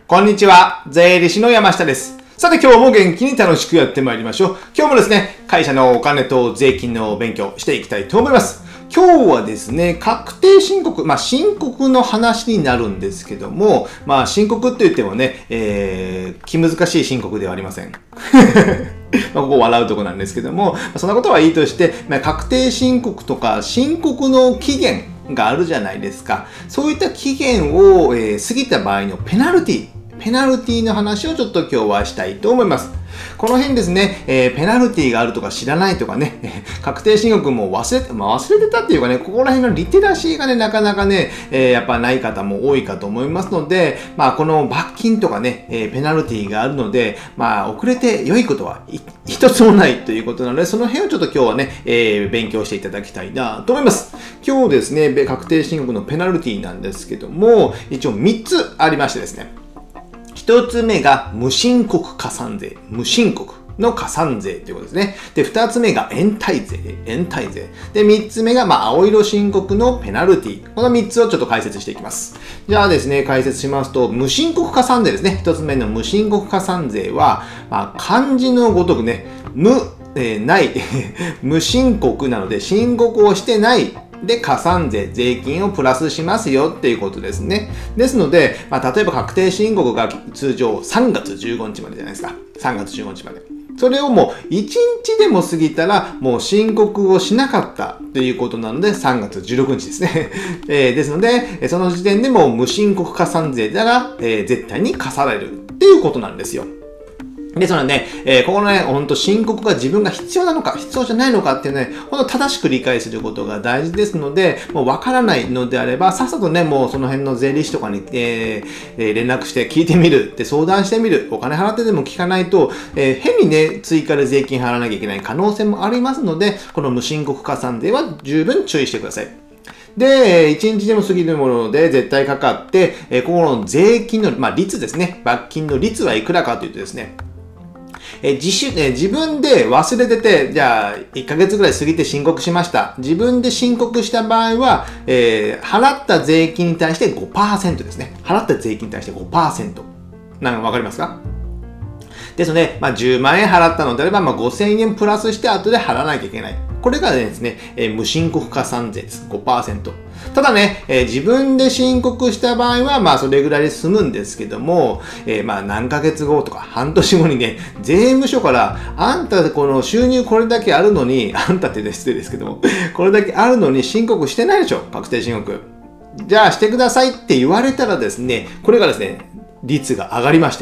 こんにちは。税理士の山下です。さて今日も元気に楽しくやってまいりましょう。今日もですね、会社のお金と税金の勉強していきたいと思います。今日はですね、確定申告、申告の話になるんですけども、申告って言ってもね、気難しい申告ではありません。ここ笑うとこなんですけども、そんなことはいいとして、確定申告とか申告の期限があるじゃないですか。そういった期限を、過ぎた場合のペナルティの話をちょっと今日はしたいと思います。この辺ですね、ペナルティがあるとか知らないとかね、確定申告も忘れてたっていうかね、ここら辺のリテラシーがね、なかなかね、やっぱない方も多いかと思いますので、この罰金とかね、ペナルティがあるので、遅れて良いことは一つもないということなので、その辺をちょっと今日はね、勉強していただきたいなと思います。今日ですね、確定申告のペナルティなんですけども、一応3つありましてですね、一つ目が無申告加算税。無申告の加算税ということですね。で、二つ目が延滞税。で、三つ目が、青色申告のペナルティ。この三つをちょっと解説していきます。じゃあですね、解説しますと、無申告加算税ですね。一つ目の無申告加算税は、漢字のごとくね、ない、無申告なので、申告をしてない、で、加算税、税金をプラスしますよっていうことですね。ですので、例えば確定申告が通常3月15日までじゃないですか。3月15日まで。それをもう1日でも過ぎたら、もう申告をしなかったということなので、3月16日ですね。ですので、その時点でもう無申告加算税だが、絶対に課されるっていうことなんですよ。ですのでね、ここのね、ほんと申告が自分が必要なのか、必要じゃないのかっていうね、ほんと正しく理解することが大事ですので、もうわからないのであれば、さっさとね、もうその辺の税理士とかに、連絡して聞いてみるって相談してみる。お金払ってでも聞かないと、変にね、追加で税金払わなきゃいけない可能性もありますので、この無申告加算税は十分注意してください。で、1日でも過ぎるもので絶対かかって、ここの税金の、率ですね。罰金の率はいくらかというとですね、自分で忘れてて、じゃあ、1ヶ月ぐらい過ぎて申告しました。自分で申告した場合は、払った税金に対して 5% ですね。払った税金に対して 5%。わかりますか？ですので、10万円払ったのであれば、5000円プラスして後で払わなきゃいけない。これがですね、無申告加算税です。5%。ただね、自分で申告した場合は、それぐらいで済むんですけども、何ヶ月後とか半年後にね、税務署から、あんたこの収入これだけあるのに、あんたって失礼ですけども、これだけあるのに申告してないでしょ、確定申告。じゃあしてくださいって言われたらですね、これがですね、率が上がりまして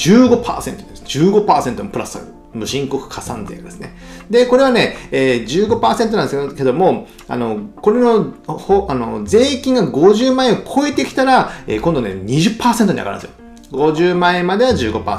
、15% です。15% もプラスされる。無申告加算税ですね。で、これはね、15% なんですけども、これの、税金が50万円を超えてきたら、今度ね、20% に上がるんですよ。50万円までは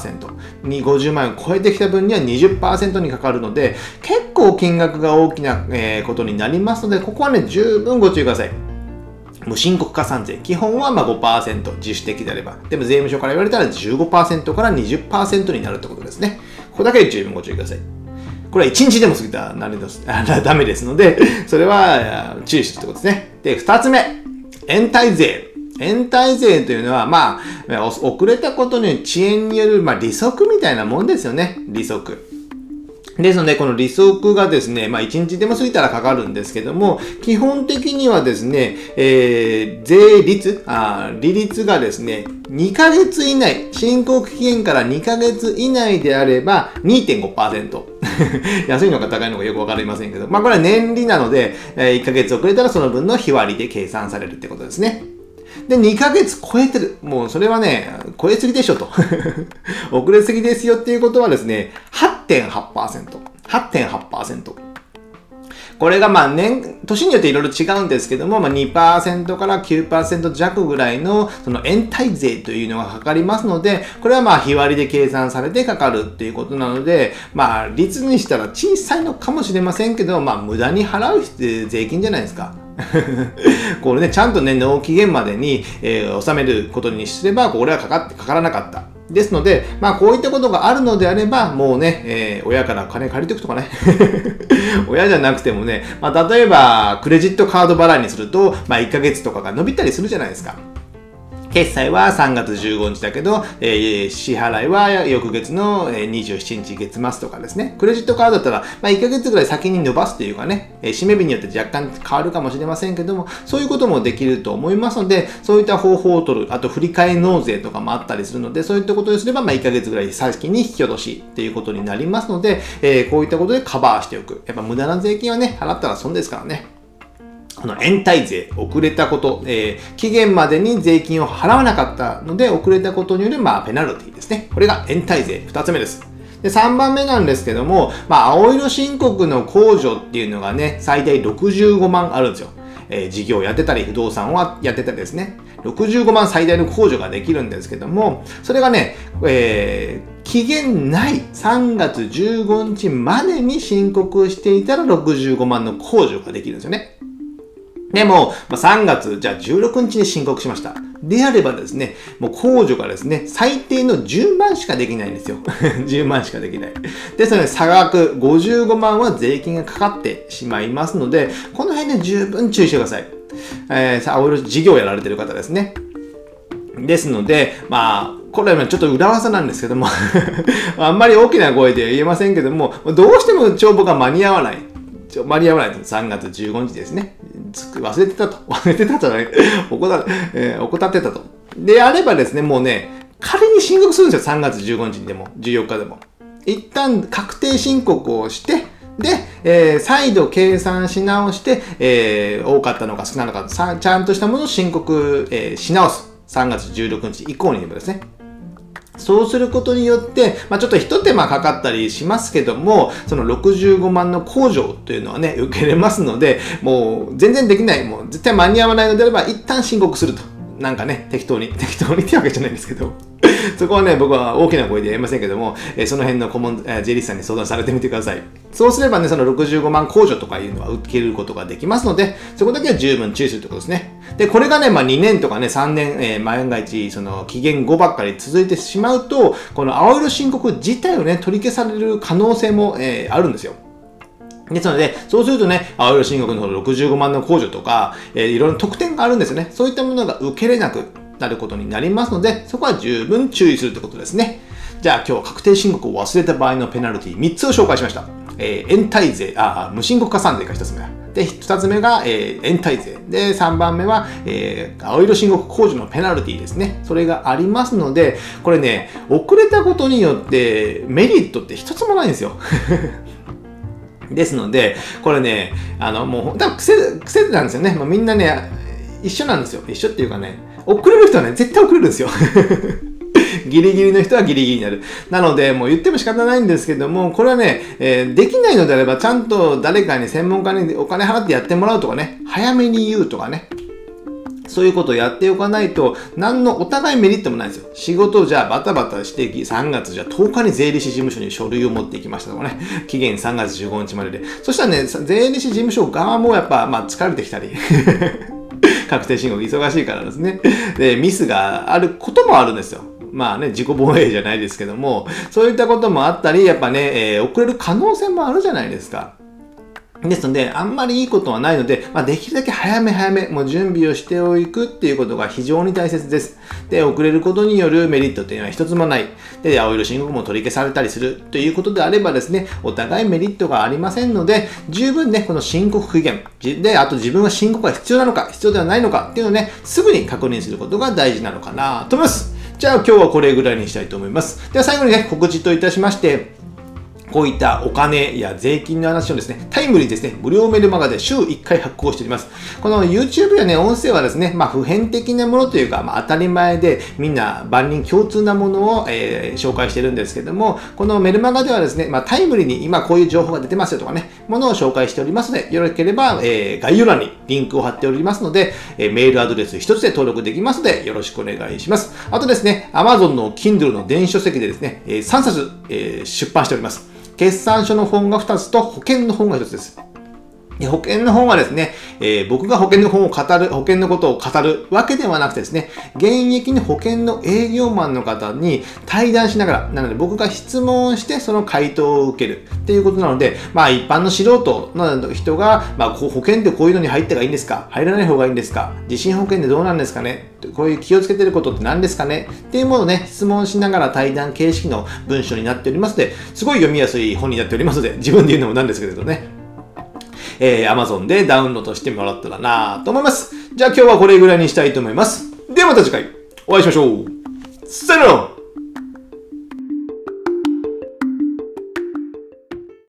15%。50万円を超えてきた分には 20% にかかるので、結構金額が大きな、ことになりますので、ここはね、十分ご注意ください。無申告加算税。基本は5%、自主的であれば。でも税務署から言われたら 15% から 20% になるってことですね。ここだけ十分ご注意ください。これは1日でも過ぎたらダメですので、それは注意するってことですね。で、2つ目。延滞税。延滞税というのは、遅れたことによる遅延による、利息みたいなもんですよね。利息。ですので、この利息がですね、1日でも過ぎたらかかるんですけども、基本的にはですね、利率がですね、2ヶ月以内、申告期限から2ヶ月以内であれば 2.5%。安いのか高いのかよくわかりませんけど、これは年利なので、1ヶ月遅れたらその分の日割りで計算されるってことですね。で、2ヶ月超えてる。もうそれはね、超えすぎでしょと。遅れすぎですよっていうことはですね、8.8%。8.8%。これが年によっていろいろ違うんですけども、2% から 9% 弱ぐらいのその延滞税というのがかかりますので、これは日割りで計算されてかかるっていうことなので、率にしたら小さいのかもしれませんけど、無駄に払う税金じゃないですか。これね、ちゃんとね、納期限までに、納めることにすれば、これはかからなかった。ですので、こういったことがあるのであれば、もうね、親から金借りておくとかね。親じゃなくてもね、例えば、クレジットカード払いにすると、1ヶ月とかが伸びたりするじゃないですか。 決済は3月15日だけど、支払いは翌月の27日月末とかですね。クレジットカードだったら、1ヶ月ぐらい先に伸ばすというかね、締め日によって若干変わるかもしれませんけども、そういうこともできると思いますので、そういった方法を取る、あと振り替え納税とかもあったりするので、そういったことにすれば、1ヶ月ぐらい先に引き落としっていうことになりますので、こういったことでカバーしておく。やっぱ無駄な税金はね、払ったら損ですからね。この延滞税、遅れたこと、期限までに税金を払わなかったので、遅れたことによる、ペナルティですね。これが延滞税、2つ目です。で、3番目なんですけども、青色申告の控除っていうのがね、最大65万あるんですよ。事業をやってたり、不動産をやってたりですね。65万最大の控除ができるんですけども、それがね、期限ない3月15日までに申告していたら65万の控除ができるんですよね。でも、3月、じゃあ16日に申告しました。であればですね、もう控除がですね、最低の10万しかできないんですよ。10万しかできない。ですので、差額55万は税金がかかってしまいますので、この辺で十分注意してください。青色事業をやられている方ですね。ですので、これはちょっと裏技なんですけども、あんまり大きな声で言えませんけども、どうしても帳簿が間に合わない。間に合わないと3月15日ですね。忘れてたじゃない。怠ってたと。であればですね、もうね、仮に申告するんですよ。3月15日にでも、14日でも。一旦確定申告をして、で、再度計算し直して、多かったのか少なかったのか、ちゃんとしたものを申告、し直す。3月16日以降にでもですね。そうすることによって、ちょっと一手間かかったりしますけども、その65万の控除というのはね、受けれますので、もう全然できない、もう絶対間に合わないのであれば、一旦申告すると。なんかね、適当にってわけじゃないんですけど。そこはね、僕は大きな声で言えませんけども、その辺の税理士さんに相談されてみてください。そうすればね、その65万控除とかいうのは受けることができますので、そこだけは十分注意するということですね。で、これがね、2年とかね、3年、万が一、その期限後ばっかり続いてしまうと、この青色申告自体をね、取り消される可能性も、あるんですよ。ですので、そうするとね、青色申告の65万の控除とか、いろんな特典があるんですよね。そういったものが受けれなくなることになりますので、そこは十分注意するということですね。じゃあ今日は確定申告を忘れた場合のペナルティ3つを紹介しました。延滞税、無申告加算税が1つ目。で、2つ目が、延滞税。で、3番目は、青色申告控除のペナルティですね。それがありますので、これね、遅れたことによってメリットって1つもないんですよ。ですので、これね、もう、多分癖なんですよね。みんなね、一緒なんですよ。一緒っていうかね、遅れる人はね、絶対遅れるんですよ。ギリギリの人はギリギリになる。なので、もう言っても仕方ないんですけども、これはね、できないのであれば、ちゃんと誰かに専門家にお金払ってやってもらうとかね、早めに言うとかね、そういうことをやっておかないと、何のお互いメリットもないんですよ。仕事をじゃあバタバタして3月じゃ10日に税理士事務所に書類を持っていきましたとかね。期限3月15日までで。そしたらね、税理士事務所側もやっぱ、疲れてきたり。確定申告忙しいからですね。で、ミスがあることもあるんですよ。自己防衛じゃないですけども、そういったこともあったり、やっぱね、遅れる可能性もあるじゃないですか。ですので、あんまりいいことはないので、できるだけ早め、もう準備をしておくっていうことが非常に大切です。で、遅れることによるメリットっていうのは一つもない。で、青色申告も取り消されたりするということであればですね、お互いメリットがありませんので、十分ね、この申告期限で、あと自分は申告が必要なのか、必要ではないのかっていうのをね、すぐに確認することが大事なのかなと思います。じゃあ今日はこれぐらいにしたいと思います。では最後にね、告知といたしまして、こういったお金や税金の話をですね、タイムリーにですね、無料メルマガで週1回発行しております。この YouTube やね、音声はですね、普遍的なものというか、当たり前でみんな万人共通なものを、紹介しているんですけども、このメルマガではですね、タイムリーに今こういう情報が出てますよとかね、ものを紹介しておりますので、よろしければ、概要欄にリンクを貼っておりますので、メールアドレス一つで登録できますので、よろしくお願いします。あとですね、Amazon の Kindle の電子書籍でですね、3冊、出版しております。決算書の本が2つと保険の本が1つです。 保険の本はですね、僕が保険のことを語るわけではなくてですね、現役の保険の営業マンの方に対談しながら、なので僕が質問してその回答を受けるっていうことなので、一般の素人の人が、保険ってこういうのに入った方がいいんですか？入らない方がいいんですか？地震保険ってどうなんですかね？こういう気をつけてることって何ですかね？っていうものをね、質問しながら対談形式の文章になっておりますので、すごい読みやすい本になっておりますので、自分で言うのもなんですけれどね。Amazon でダウンロードしてもらったらなと思います。じゃあ今日はこれぐらいにしたいと思います。ではまた次回お会いしましょう。さよなら。